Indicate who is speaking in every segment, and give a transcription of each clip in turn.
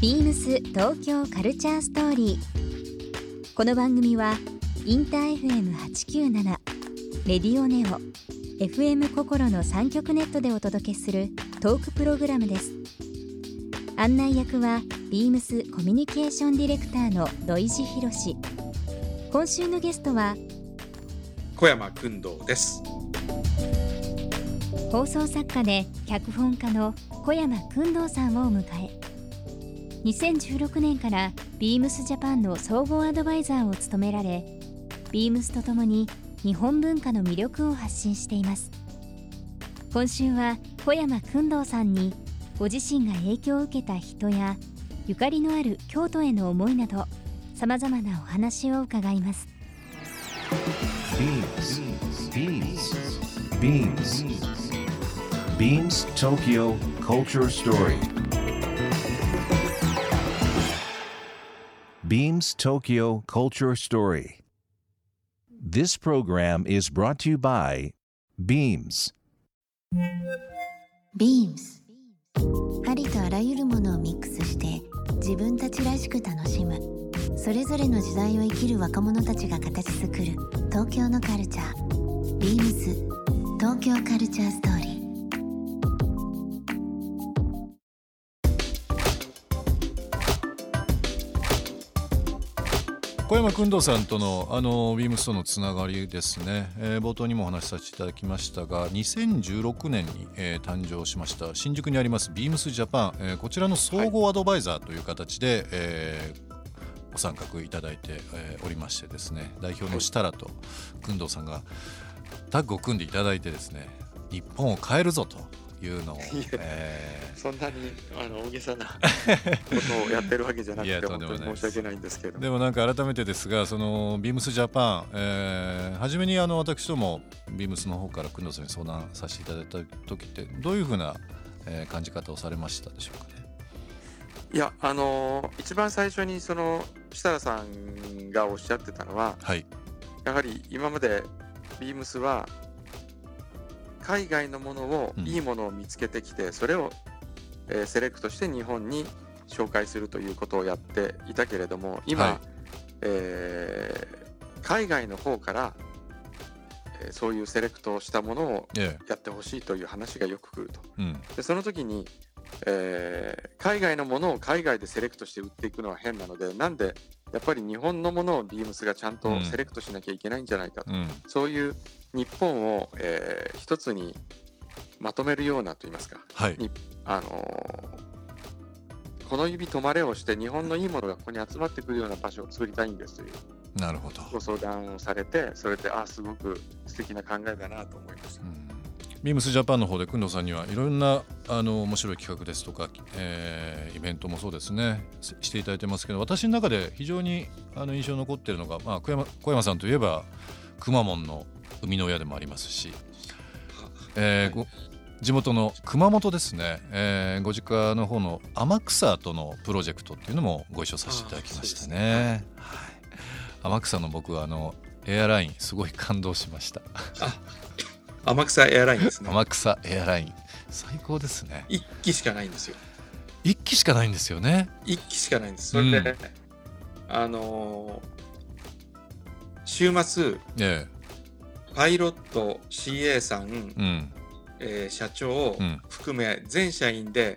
Speaker 1: ビームス東京カルチャーストーリー。この番組はインター FM897 レディオネオ FM 心の3極ネットでお届けするトークプログラムです。案内役はビームスコミュニケーションディレクターの土井博志。今週のゲストは
Speaker 2: 小山薫堂です。
Speaker 1: 放送作家で脚本家の小山薫堂さんをお迎え、2016年からビームスジャパンの総合アドバイザーを務められ、ビームスとともに日本文化の魅力を発信しています。今週は小山薫堂さんにご自身が影響を受けた人やゆかりのある京都への思いなど、さまざまなお話を伺います。
Speaker 3: Beams Tokyo Culture Story. Beams Tokyo Culture Story. This program is brought to you by Beams.
Speaker 4: Beams ありとあらゆるものをミックスして自分たちらしく楽しむ、それぞれの時代を生きる若者たちが形作る東京のカルチャー。 Beams 東京カルチャーストーリー。
Speaker 5: 小山薫堂さんとのビームスとのつながりですね、冒頭にもお話しさせていただきましたが、2016年に、誕生しました新宿にありますビームスジャパン、こちらの総合アドバイザーという形で、ご参画いただいて、おりましてですね、代表の設楽と薫堂さんがタッグを組んでいただいてですね、日本を変えるぞというのを、
Speaker 2: そんなに大げさなことをやってるわけじゃなくて本当に申し訳ないんですけど、
Speaker 5: でもなんか改めてですが、そのビームスジャパン、初めに私どもビームスの方から工藤さんに相談させていただいた時ってどういうふうな、感じ方をされましたでしょうかね。
Speaker 2: いや、一番最初にその設楽さんがおっしゃってたのは、
Speaker 5: はい、
Speaker 2: やはり今までビームスは海外のものを、いいものを見つけてきて、それを、セレクトして日本に紹介するということをやっていたけれども、今、
Speaker 5: はい、
Speaker 2: 海外の方から、そういうセレクトをしたものをやってほしいという話がよく来ると、でその時に、海外のものを海外でセレクトして売っていくのは変なので、なんでやっぱり日本のものをビームスがちゃんとセレクトしなきゃいけないんじゃないかと、そういう日本を、一つにまとめるようなといいますか、
Speaker 5: はい、
Speaker 2: この指止まれをして日本のいいものがここに集まってくるような場所を作りたいんですという
Speaker 5: なるほど
Speaker 2: ご相談をされて、それですごく素敵な考えだなと思いました。
Speaker 5: ビームスジャパンの方で工藤さんにはいろんな面白い企画ですとか、イベントもそうですねしていただいてますけど、私の中で非常に印象に残っているのが、小山さんといえばくまモンの生みの親でもありますし、地元の熊本ですね、ご実家の方の天草とのプロジェクトっていうのもご一緒させていただきましたね。はい、天草の僕はエアラインすごい感動しました。
Speaker 2: 天草エアラインですね。
Speaker 5: 天草エアライン最高ですね。
Speaker 2: 1機しかないんですよ。
Speaker 5: 1機しかないんですよね。
Speaker 2: 1機しかないんです。それで、週末、パイロット CA さん、社長、含め全社員で、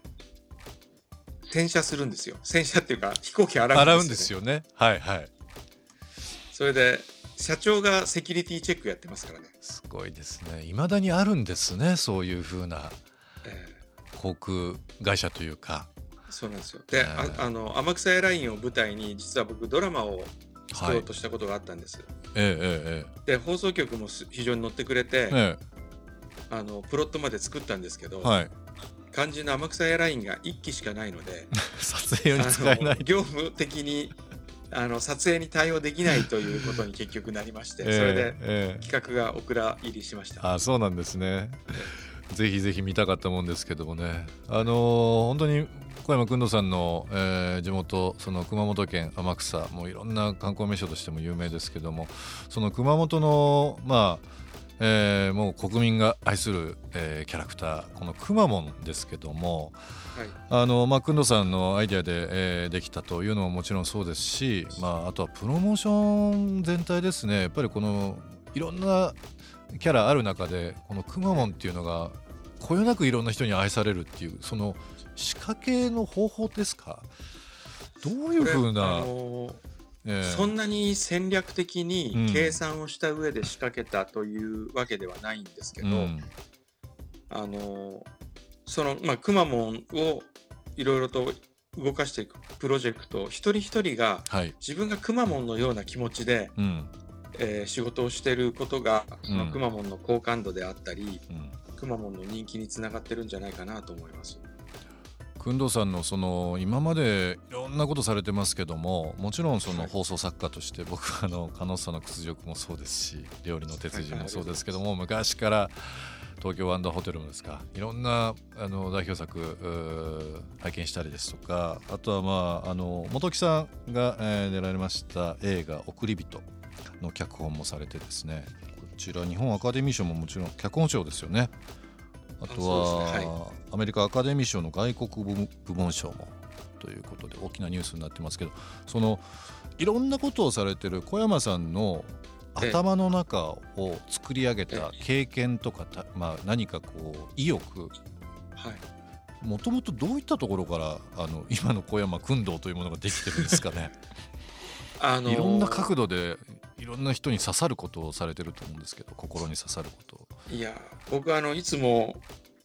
Speaker 2: 洗車するんですよ。洗車っていうか飛行機洗うんですよね。
Speaker 5: はいはい。
Speaker 2: それで社長がセキュリティチェックやってますからね。
Speaker 5: すごいですね。未だにあるんですね、そういう風な航空会社というか。
Speaker 2: そうなんですよ。で、天草エアラインを舞台に実は僕ドラマを作ろうとしたことがあったんです。で放送局も非常に乗ってくれて、プロットまで作ったんですけど、肝心の天草エアラインが1機しかないので
Speaker 5: 撮影用に使えない、
Speaker 2: 業務的に撮影に対応できないということに結局なりまして、それで企画がお蔵入りしました。
Speaker 5: そうなんですね。ぜひぜひ見たかったもんですけどもね、本当に小山薫堂さんの、地元その熊本県天草もいろんな観光名所としても有名ですけども、その熊本のもう国民が愛する、キャラクター、このくまモンですけども、はい、工藤さんのアイデアで、できたというのももちろんそうですし、あとはプロモーション全体ですね。やっぱりこのいろんなキャラある中でこのくまモンっていうのがこよなくいろんな人に愛されるっていう、その仕掛けの方法ですか？どういうふうな、
Speaker 2: そんなに戦略的に計算をした上で仕掛けたというわけではないんですけど、そのくまモンをいろいろと動かしていくプロジェクト、一人一人が自分がくまモンのような気持ちで、仕事をしていることが、そのくまモンの好感度であったり、くまモンの人気につながってるんじゃないかなと思います。
Speaker 5: 工藤さんのその今までいろんなことされてますけども、もちろんその放送作家として僕はカノッサの屈辱もそうですし、料理の鉄人もそうですけども、昔から東京ワンダーホテルもですか、いろんな代表作拝見したりですとか、あとは本木さんが、出られました映画送り人の脚本もされてですね、こちら日本アカデミー賞ももちろん脚本賞ですよね。あとはアメリカアカデミー賞の外国部門賞もということで大きなニュースになってますけど、そのいろんなことをされてる小山さんの頭の中を作り上げた経験とか、何かこう意欲、もともとどういったところから今の小山薫堂というものができてるんですかね。いろんな角度でいろんな人に刺さることをされてると思うんですけど、心に刺さることを。
Speaker 2: いや、僕はいつも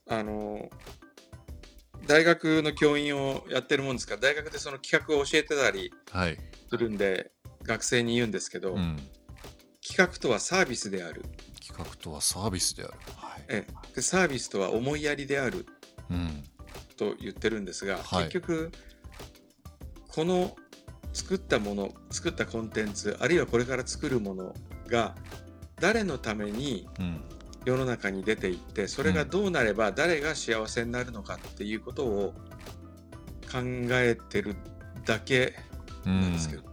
Speaker 2: 大学の教員をやってるもんですから、大学でその企画を教えてたりするんで、学生に言うんですけど、企画とはサービスである。
Speaker 5: 企画とはサービスである。
Speaker 2: でサービスとは思いやりである、と言ってるんですが、結局この作ったもの、作ったコンテンツ、あるいはこれから作るものが誰のために世の中に出ていって、それがどうなれば誰が幸せになるのかっていうことを考えてるだけなんですけど、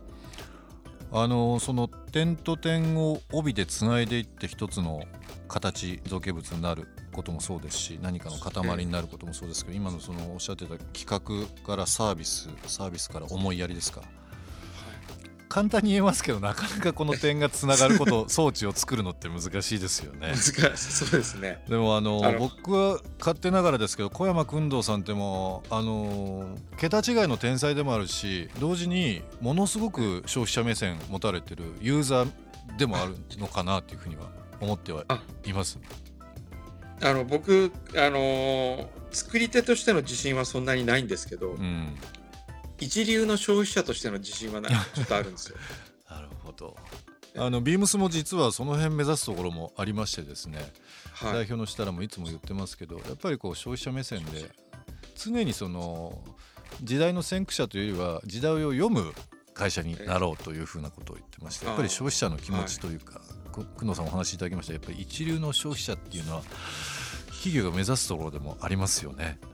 Speaker 5: その点と点を帯でつないでいって一つの形、造形物になることもそうですし、何かの塊になることもそうですけど、今のそのおっしゃってた企画からサービスから思いやりですか。簡単に言えますけど、なかなかこの点がつながること装置を作るのって難しいですよね。
Speaker 2: そうですね。
Speaker 5: でも僕は勝手ながらですけど、小山薫堂さんっても桁違いの天才でもあるし、同時にものすごく消費者目線持たれてるユーザーでもあるのかなというふうには思ってはいます。
Speaker 2: 僕作り手としての自信はそんなにないんですけど、一流の消費者としての自信はちょっとあるんですよ。
Speaker 5: なるほど。ビームスも実はその辺目指すところもありましてですね、代表の設楽もいつも言ってますけど、やっぱりこう消費者目線で常にその時代の先駆者というよりは時代を読む会社になろうというふうなことを言ってまして、やっぱり消費者の気持ちというか、工藤さんお話しいただきました、やっぱり一流の消費者っていうのは企業が目指すところでもありますよね。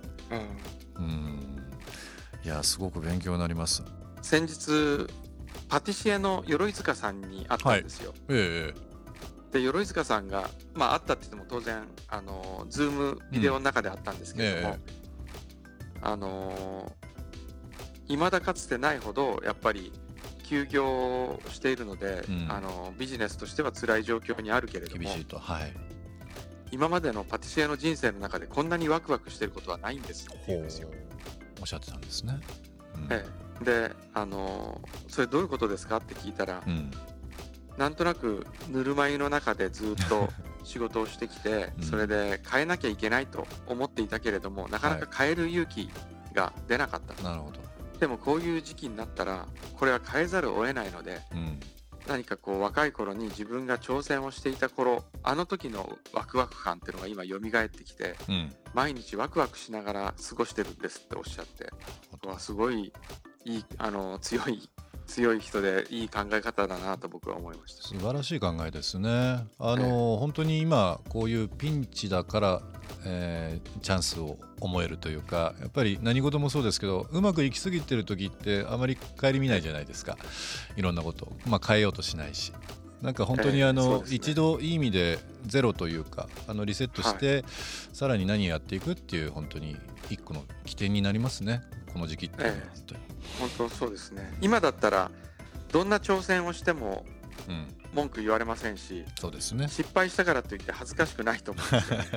Speaker 5: いや、すごく勉強になります。
Speaker 2: 先日パティシエの鎧塚さんに会ったんですよ。で鎧塚さんが会ったって言っても当然ズームビデオの中で会ったんですけれども、未だかつてないほどやっぱり休業しているので、ビジネスとしては辛い状況にあるけれども、
Speaker 5: 厳しいと、
Speaker 2: 今までのパティシエの人生の中でこんなにワクワクしていることはないんですって言うんですよ。
Speaker 5: おっしゃってたんですね。
Speaker 2: でそれどういうことですかって聞いたら、なんとなくぬるま湯の中でずっと仕事をしてきてそれで変えなきゃいけないと思っていたけれども、なかなか変える勇気が出なかった。
Speaker 5: なるほど。
Speaker 2: でもこういう時期になったらこれは変えざるを得ないので、何かこう若い頃に自分が挑戦をしていた頃、あの時のワクワク感っていうのが今蘇ってきて、毎日ワクワクしながら過ごしてるんですっておっしゃって、すごいいい強い人でいい考え方だなと僕は思いました。
Speaker 5: 素晴らしい考えですね。本当に今こういうピンチだから、チャンスを思えるというか、やっぱり何事もそうですけど、うまくいきすぎてる時ってあまり顧みないじゃないですか。いろんなことを、変えようとしないし、 なんか本当に一度いい意味でゼロというかリセットして、さらに何やっていくっていう本当に一個の起点になりますね、この時期っていうのは。
Speaker 2: 本当そうですね。今だったらどんな挑戦をしても文句言われませんし、
Speaker 5: そうですね、
Speaker 2: 失敗したからといって恥ずかしくないと思うんですよね。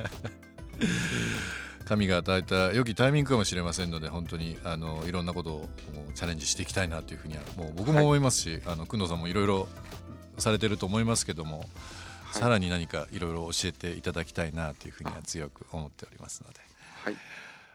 Speaker 5: 神が与えた良きタイミングかもしれませんので、本当にいろんなことをチャレンジしていきたいなというふうにはもう僕も思いますし、工藤さんもいろいろされてると思いますけども、さらに何かいろいろ教えていただきたいなというふうには強く思っておりますので。
Speaker 2: はい。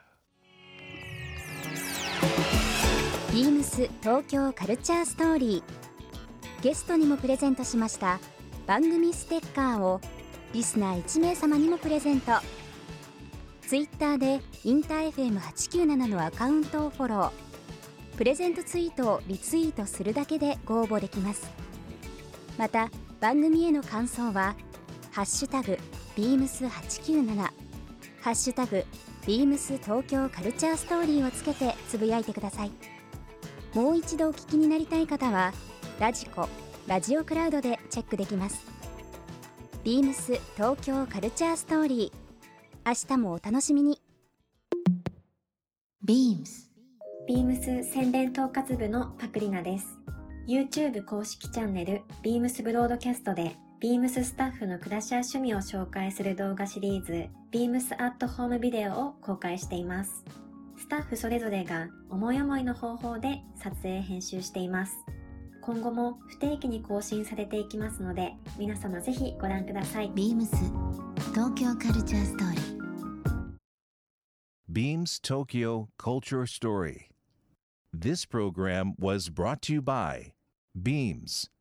Speaker 1: ビームス東京カルチャーストーリー、ゲストにもプレゼントしました番組ステッカーをリスナー1名様にもプレゼント。ツイッターでインター FM897 のアカウントをフォロー、プレゼントツイートをリツイートするだけでご応募できます。また番組への感想はハッシュタグビームス897、ハッシュタグビームス東京カルチャーストーリーをつけてつぶやいてください。もう一度お聞きになりたい方はラジコ、ラジオクラウドでチェックできます。ビームス東京カルチャーストーリー、明日もお楽しみに。
Speaker 4: ビームス
Speaker 6: 宣伝統括部のパクリナです。 YouTube 公式チャンネルビームスブロードキャストでビームススタッフの暮らしや趣味を紹介する動画シリーズビームスアットホームビデオを公開しています。スタッフそれぞれが思い思いの方法で撮影編集しています。今後も不定期に更新されていきますので、皆様ぜひご覧ください。
Speaker 4: ビームス東京カルチャーストーリー。
Speaker 3: Beams Tokyo Culture Story. This program was brought to you by Beams.